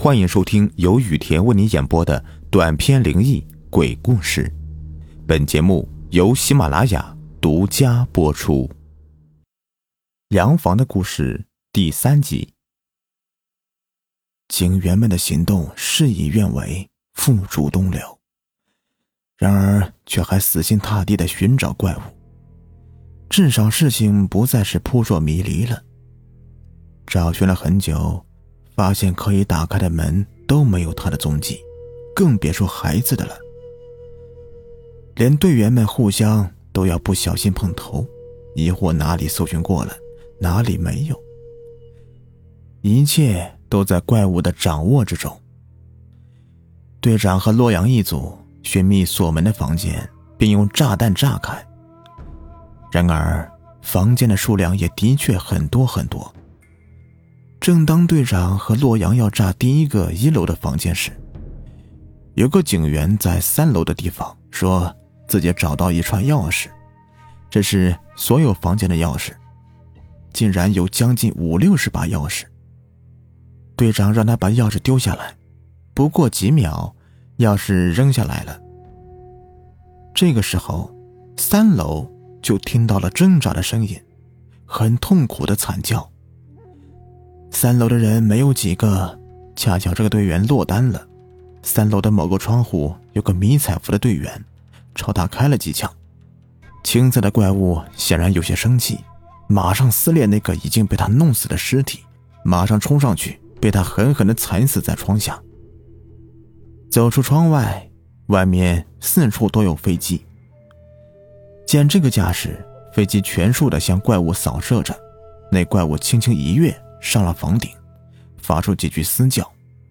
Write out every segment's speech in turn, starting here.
欢迎收听由雨田为你演播的短篇灵异鬼故事。本节目由喜马拉雅独家播出。梁房的故事第3集。警员们的行动事与愿违，付诸东流，然而却还死心塌地地寻找怪物，至少事情不再是扑朔迷离了。找寻了很久，发现可以打开的门都没有他的踪迹，更别说孩子的了。连队员们互相都要不小心碰头，疑惑哪里搜寻过了，哪里没有。一切都在怪物的掌握之中。队长和洛阳一组寻觅锁门的房间，并用炸弹炸开。然而房间的数量也的确很多很多。正当队长和洛阳要炸第一个1楼的房间时，有个警员在3楼的地方说自己找到一串钥匙，这是所有房间的钥匙，竟然有将近50-60把钥匙。队长让他把钥匙丢下来，不过几秒，钥匙扔下来了。这个时候3楼就听到了挣扎的声音，很痛苦的惨叫。3楼的人没有几个，恰巧这个队员落单了。3楼的某个窗户有个迷彩服的队员朝他开了几枪。青色的怪物显然有些生气，马上撕裂那个已经被他弄死的尸体，马上冲上去，被他狠狠地踩死在窗下。走出窗外，外面四处都有飞机。见这个架势，飞机全数地向怪物扫射着。那怪物轻轻一跃上了房顶，发出几句嘶叫。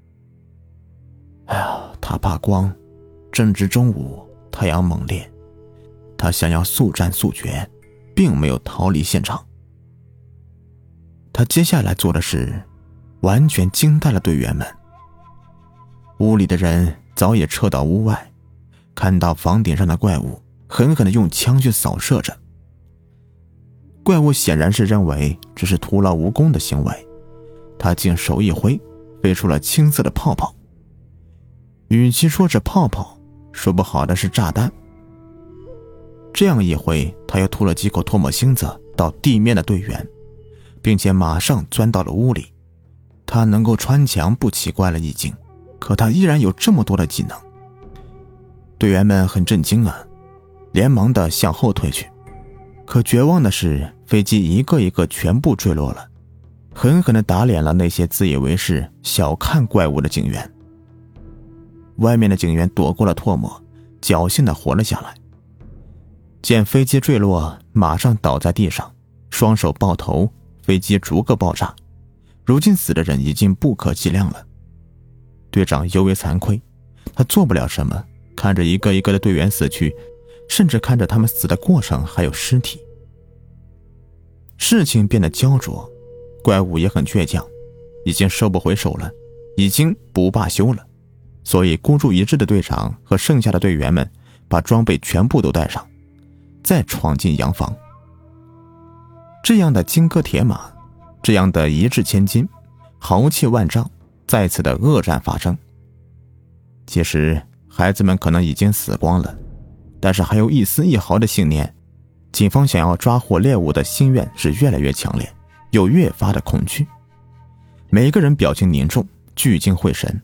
他怕光，正值中午，太阳猛烈，他想要速战速决，并没有逃离现场。他接下来做的事完全惊呆了队员们。屋里的人早已撤到屋外，看到房顶上的怪物狠狠地用枪去扫射着。怪物显然是认为这是徒劳无功的行为，他竟手一挥，飞出了青色的泡泡。与其说是泡泡，说不好的是炸弹。这样一挥，他又吐了几口唾沫星子到地面的队员，并且马上钻到了屋里。他能够穿墙不奇怪了已经，可他依然有这么多的技能。队员们很震惊啊，连忙地向后退去。可绝望的是，飞机一个一个全部坠落了，狠狠地打脸了那些自以为是小看怪物的警员。外面的警员躲过了唾沫，侥幸地活了下来。见飞机坠落，马上倒在地上，双手抱头，飞机逐个爆炸。如今死的人已经不可计量了。队长尤为惭愧，他做不了什么，看着一个一个的队员死去，甚至看着他们死的过程还有尸体。事情变得焦灼，怪物也很倔强，已经收不回手了，已经不罢休了。所以孤注一掷的队长和剩下的队员们把装备全部都带上，再闯进洋房。这样的金戈铁马，这样的一掷千金，豪气万丈，再次的恶战发生。其实孩子们可能已经死光了，但是还有一丝一毫的信念。警方想要抓获猎物的心愿是越来越强烈，又越发的恐惧。每个人表情凝重，聚精会神。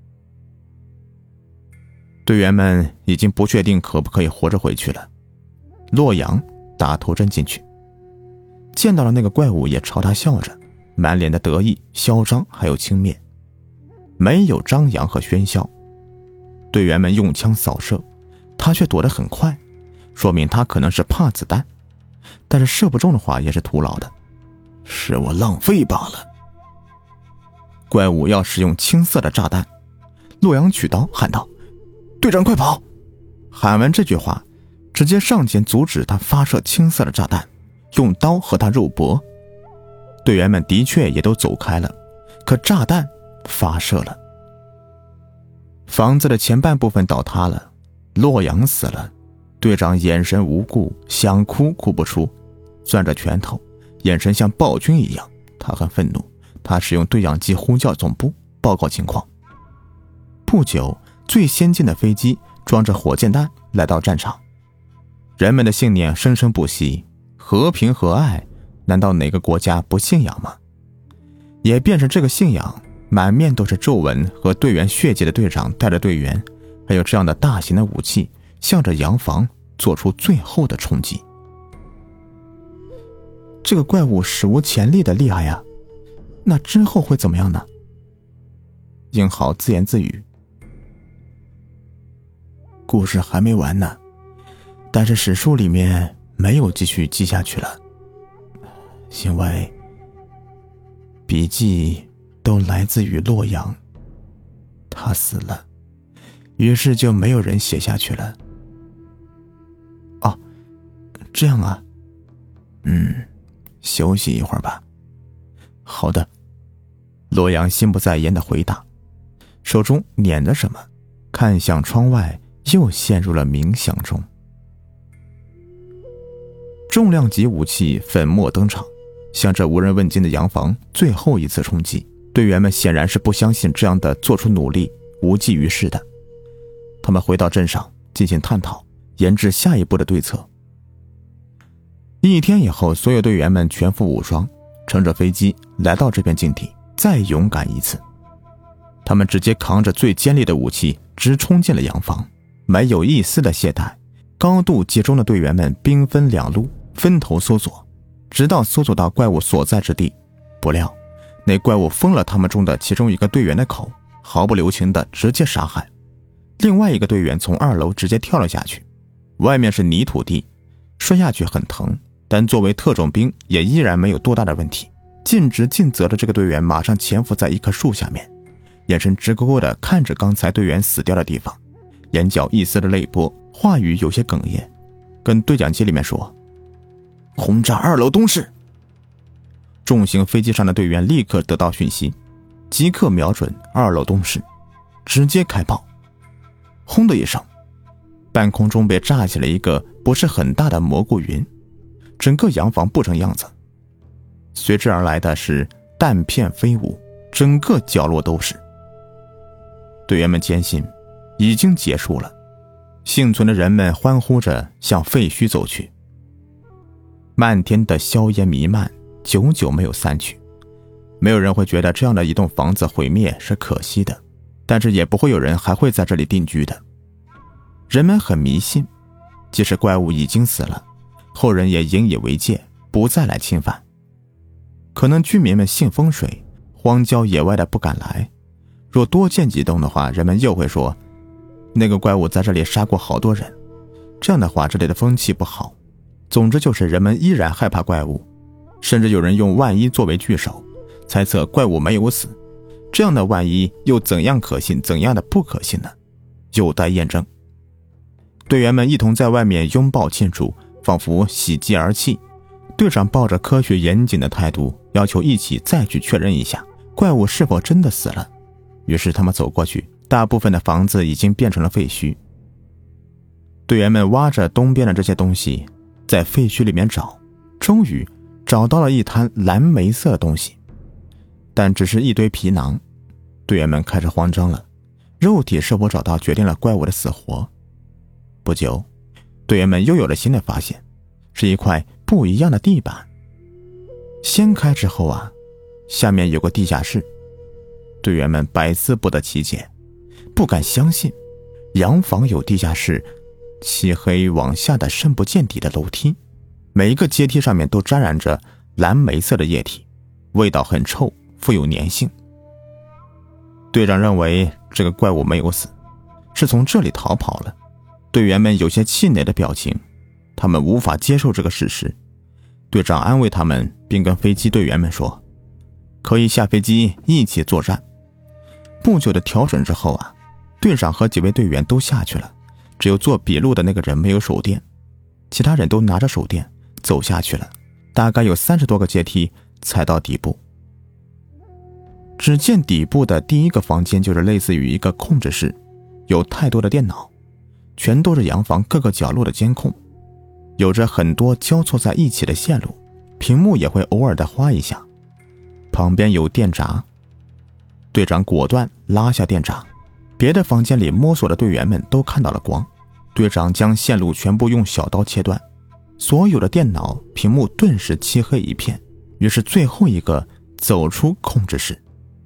队员们已经不确定可不可以活着回去了。洛阳打头针进去，见到了那个怪物，也朝他笑着，满脸的得意、嚣张还有轻蔑，没有张扬和喧嚣。队员们用枪扫射，他却躲得很快，说明他可能是怕子弹，但是射不中的话也是徒劳的，是我浪费罢了。怪物要使用青色的炸弹，洛阳取刀喊道：队长快跑！喊完这句话，直接上前阻止他发射青色的炸弹，用刀和他肉搏。队员们的确也都走开了，可炸弹发射了。房子的前半部分倒塌了，洛阳死了。队长眼神无故，想哭哭不出，攥着拳头，眼神像暴君一样。他很愤怒，他使用对讲机呼叫总部报告情况， 不久，最先进的飞机装着火箭弹来到战场。人们的信念生生不息，和平和爱，难道哪个国家不信仰吗？也变成这个信仰，满面都是皱纹和队员血迹的队长带着队员，还有这样的大型的武器，向着洋房做出最后的冲击。这个怪物史无前例的厉害呀，那之后会怎么样呢？英豪自言自语，故事还没完呢，但是史书里面没有继续记下去了，因为笔记都来自于洛阳，他死了，于是就没有人写下去了。哦，这样啊，休息一会儿吧。好的，洛阳心不在焉地回答，手中捻着什么，看向窗外，又陷入了冥想中。重量级武器粉末登场，向着无人问津的洋房最后一次冲击。队员们显然是不相信这样的做出努力无济于事的，他们回到镇上进行探讨，研制下一步的对策。一天以后，所有队员们全副武装，乘着飞机来到这片境地，再勇敢一次。他们直接扛着最尖利的武器直冲进了洋房，没有一丝的懈怠。高度集中的队员们兵分两路，分头搜索，直到搜索到怪物所在之地。不料那怪物封了他们中的其中一个队员的口，毫不留情地直接杀害。另外一个队员从2楼直接跳了下去，外面是泥土地，摔下去很疼，但作为特种兵也依然没有多大的问题。尽职尽责的这个队员马上潜伏在一棵树下面，眼神直勾勾地看着刚才队员死掉的地方，眼角一丝的泪波，话语有些哽咽，跟对讲机里面说：轰炸2楼东室。重型飞机上的队员立刻得到讯息，即刻瞄准2楼东室，直接开炮。轰的一声，半空中被炸起了一个不是很大的蘑菇云，整个洋房不成样子。随之而来的是弹片飞舞，整个角落都是。队员们坚信已经结束了，幸存的人们欢呼着向废墟走去。漫天的硝烟弥漫，久久没有散去。没有人会觉得这样的一栋房子毁灭是可惜的，但是也不会有人还会在这里定居的。人们很迷信，即使怪物已经死了，后人也引以为戒，不再来侵犯。可能居民们信风水，荒郊野外的不敢来，若多建几栋的话，人们又会说那个怪物在这里杀过好多人，这样的话这里的风气不好。总之就是人们依然害怕怪物，甚至有人用万一作为句首，猜测怪物没有死。这样的万一又怎样可信，怎样的不可信呢？有待验证。队员们一同在外面拥抱庆祝，仿佛喜极而泣。队长抱着科学严谨的态度，要求一起再去确认一下怪物是否真的死了。于是他们走过去，大部分的房子已经变成了废墟。队员们挖着东边的这些东西，在废墟里面找，终于找到了一滩蓝莓色的东西，但只是一堆皮囊。队员们开始慌张了，肉体是否找到决定了怪物的死活。不久，队员们又有了新的发现，是一块不一样的地板。掀开之后啊，下面有个地下室。队员们百思不得其解，不敢相信洋房有地下室，漆黑往下的深不见底的楼梯，每一个阶梯上面都沾染着蓝莓色的液体，味道很臭，富有粘性。队长认为这个怪物没有死，是从这里逃跑了。队员们有些气馁的表情，他们无法接受这个事实。队长安慰他们，并跟飞机队员们说，可以下飞机一起作战。不久的调整之后啊，队长和几位队员都下去了，只有做笔录的那个人没有手电，其他人都拿着手电走下去了，大概有30多个阶梯才到底部。只见底部的第一个房间就是类似于一个控制室，有太多的电脑，全都是洋房各个角落的监控，有着很多交错在一起的线路，屏幕也会偶尔的花一下。旁边有电闸，队长果断拉下电闸， 别的房间里摸索的队员们都看到了光，队长将线路全部用小刀切断，所有的电脑屏幕顿时漆黑一片。于是最后一个走出控制室，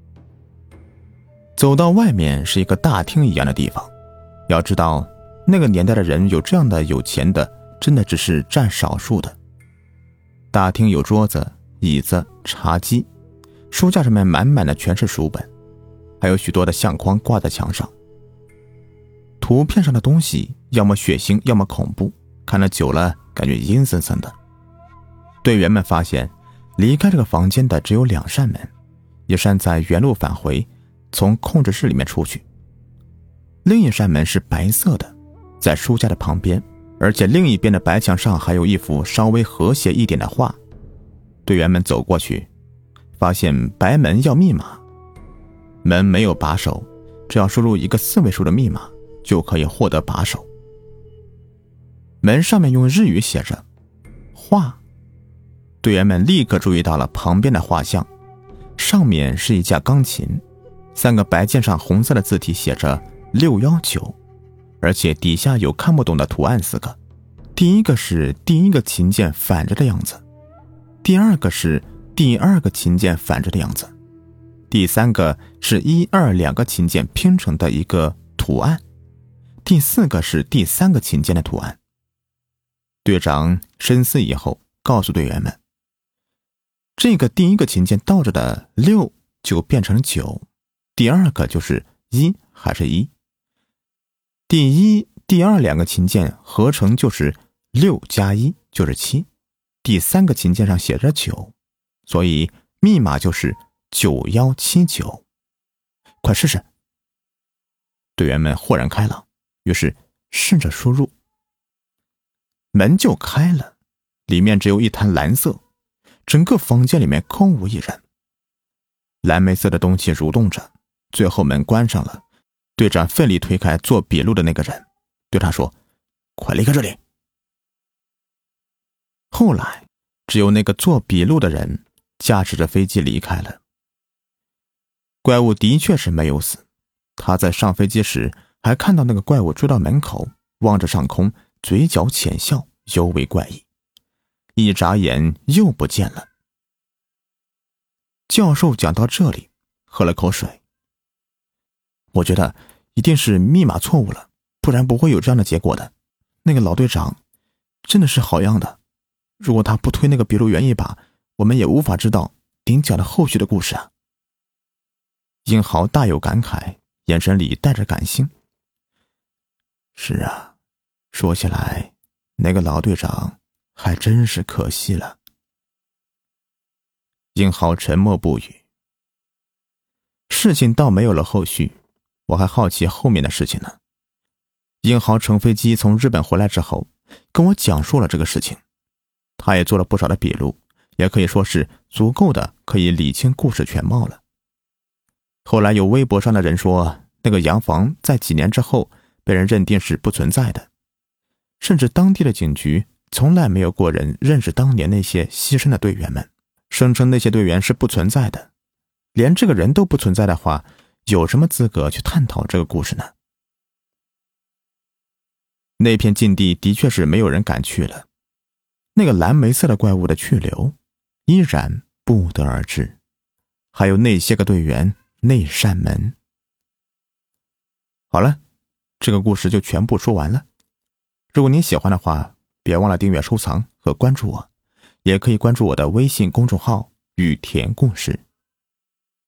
走到外面是一个大厅一样的地方。要知道那个年代的人有这样的有钱的真的只是占少数的。大厅有桌子、椅子、茶几，书架上面满满的全是书本，还有许多的相框挂在墙上。图片上的东西要么血腥要么恐怖，看了久了感觉阴森森的。队员们发现离开这个房间的只有2扇门，一扇在原路返回，从控制室里面出去，另一扇门是白色的，在书架的旁边，而且另一边的白墙上还有一幅稍微和谐一点的画。队员们走过去，发现白门要密码，门没有把手，只要输入一个4位数的密码就可以获得把手。门上面用日语写着画，队员们立刻注意到了旁边的画像，上面是一架钢琴，3个白键上红色的字体写着619，而且底下有看不懂的图案4个。第一个是第一个琴键反着的样子，第二个是第二个琴键反着的样子，第三个是1、2两个琴键拼成的一个图案，第4个是第3个琴键的图案。队长深思以后告诉队员们，这个第一个琴键倒着的6就变成9，第二个就是1还是1，第1、第2两个琴键合成就是6加1就是7，第3个琴键上写着9，所以密码就是9179。快试试。队员们豁然开朗，于是试着输入，门就开了，里面只有一滩蓝色，整个房间里面空无一人。蓝莓色的东西蠕动着，最后门关上了。队长奋力推开做笔录的那个人，对他说：“快离开这里。”后来只有那个做笔录的人驾驶着飞机离开了。怪物的确是没有死，他在上飞机时还看到那个怪物追到门口，望着上空，嘴角浅笑，尤为怪异。一眨眼又不见了。教授讲到这里，喝了口水。我觉得一定是密码错误了，不然不会有这样的结果的。那个老队长真的是好样的，如果他不推那个笔录员一把，我们也无法知道您讲的后续的故事啊。英豪大有感慨，眼神里带着感性。是啊，说起来那个老队长还真是可惜了。英豪沉默不语。事情倒没有了后续，我还好奇后面的事情呢。英豪乘飞机从日本回来之后，跟我讲述了这个事情。他也做了不少的笔录，也可以说是足够的可以理清故事全貌了。后来有微博上的人说，那个洋房在几年之后被人认定是不存在的，甚至当地的警局从来没有过人认识当年那些牺牲的队员们，声称那些队员是不存在的。连这个人都不存在的话，有什么资格去探讨这个故事呢？那片禁地的确是没有人敢去了，那个蓝莓色的怪物的去留依然不得而知，还有那些个队员，那扇门。好了，这个故事就全部说完了。如果您喜欢的话，别忘了订阅、收藏和关注我，也可以关注我的微信公众号雨田故事。